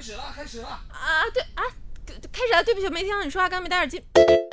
开始了啊！对啊，开始了，对不起，我没听到你说话，刚没戴耳机。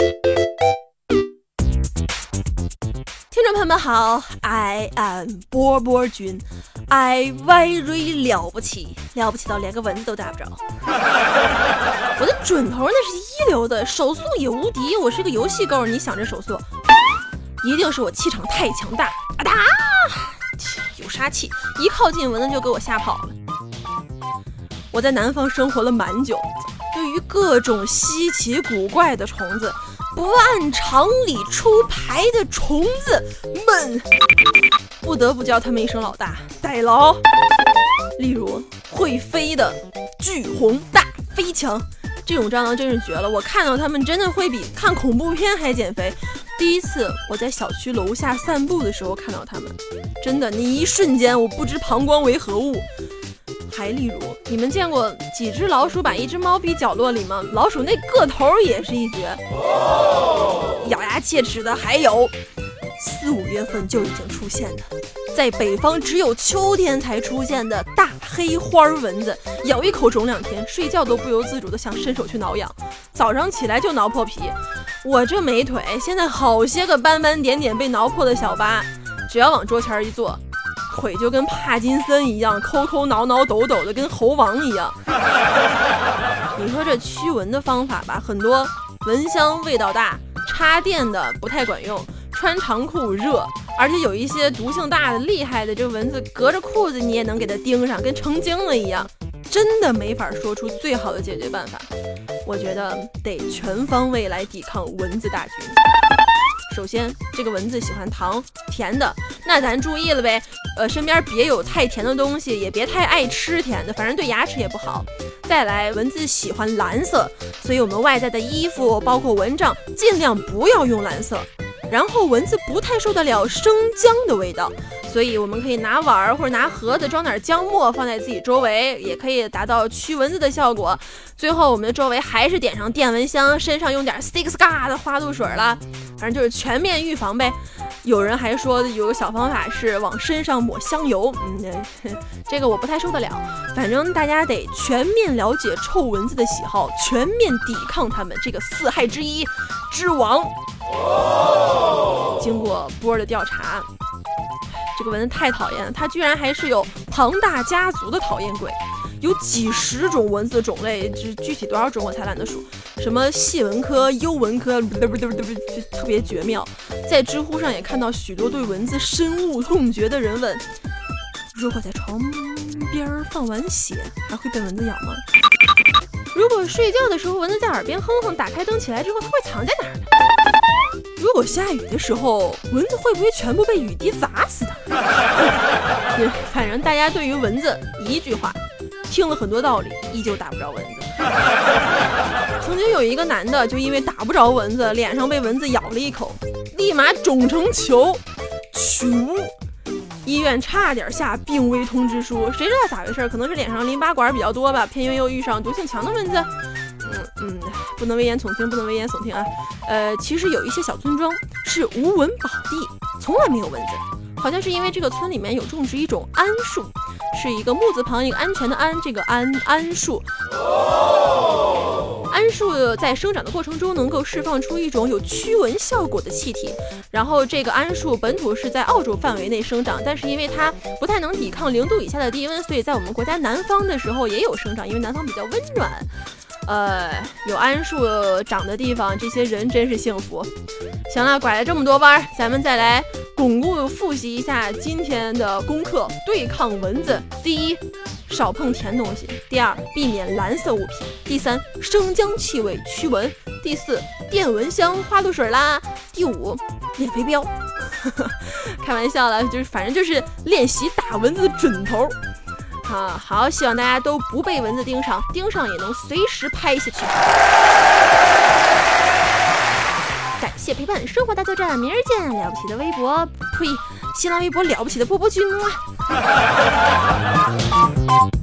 听众朋友们好 ，I am 波波君 ，I very 了不起到连个蚊子都打不着。我的准头那是一流的，手速也无敌。我是个游戏狗，你想着手速，一定是我气场太强大。啊哒，有杀气，一靠近蚊子就给我吓跑了。我在南方生活了蛮久，对于各种稀奇古怪的虫子，不按常理出牌的虫子们，不得不叫他们一声老大代劳。例如会飞的巨红大飞强，这种蟑螂真是绝了，我看到它们真的会比看恐怖片还减肥。第一次我在小区楼下散步的时候看到它们，真的，你一瞬间我不知膀胱为何物。还例如，你们见过几只老鼠把一只猫逼角落里吗？老鼠那个头也是一绝。咬牙切齿的还有4、5月份就已经出现的，在北方只有秋天才出现的大黑花蚊子，咬一口肿2天，睡觉都不由自主的想伸手去挠痒，早上起来就挠破皮。我这美腿现在好些个斑斑点点被挠破的小疤，只要往桌前一坐，腿就跟帕金森一样，抠抠挠挠抖抖的，跟猴王一样。你说这驱蚊的方法吧，很多蚊香味道大，插电的不太管用，穿长裤热，而且有一些毒性大的厉害的，这蚊子隔着裤子你也能给它盯上，跟成精了一样，真的没法说出最好的解决办法。我觉得得全方位来抵抗蚊子大军。首先，这个蚊子喜欢糖甜的，那咱注意了呗。身边别有太甜的东西，也别太爱吃甜的，反正对牙齿也不好。再来，蚊子喜欢蓝色，所以我们外在的衣服，包括蚊帐，尽量不要用蓝色。然后蚊子不太受得了生姜的味道，所以我们可以拿碗或者拿盒子装点姜末放在自己周围，也可以达到驱蚊子的效果。最后我们的周围还是点上电蚊香，身上用点 Stixga 的花露水啦，反正就是全面预防呗。有人还说有个小方法是往身上抹香油，这个我不太受得了。反正大家得全面了解臭蚊子的喜好，全面抵抗它们这个4害之一之王。经过波儿的调查，这个蚊子太讨厌了，它居然还是有庞大家族的讨厌鬼，有几十种蚊子的种类，具体多少种我才懒得数。什么细蚊科、幽蚊科，特别绝妙。在知乎上也看到许多对蚊子深恶痛绝的人问：如果在床边放完血，还会被蚊子咬吗？如果睡觉的时候蚊子在耳边哼哼，打开灯起来之后，它会藏在哪儿呢？如果下雨的时候，蚊子会不会全部被雨滴砸死的？反正大家对于蚊子一句话，听了很多道理，依旧打不着蚊子。曾经有一个男的，就因为打不着蚊子，脸上被蚊子咬了一口，立马肿成球，医院差点下病危通知书，谁知道咋回事？可能是脸上淋巴管比较多吧，偏又遇上毒性强的蚊子。不能危言耸听，不能危言耸听啊！其实有一些小村庄是无蚊宝地，从来没有蚊子，好像是因为这个村里面有种植一种桉树，是一个木字旁一个安全的安，这个桉树。桉树在生长的过程中能够释放出一种有驱蚊效果的气体，然后这个桉树本土是在澳洲范围内生长，但是因为它不太能抵抗0度以下的低温，所以在我们国家南方的时候也有生长，因为南方比较温暖。有桉树长的地方，这些人真是幸福。行了，拐了这么多弯，咱们再来巩固复习一下今天的功课。对抗蚊子，第一，少碰甜东西；第二，避免蓝色物品；第三，生姜气味驱蚊；第四，电蚊香、花露水啦；第五，练飞镖。开玩笑了，反正就是练习打蚊子的准头。好，希望大家都不被蚊子盯上，盯上也能随时拍下去。感谢陪伴，生活大作战，明儿见！了不起的微博，呸，新浪微博了不起的波波君。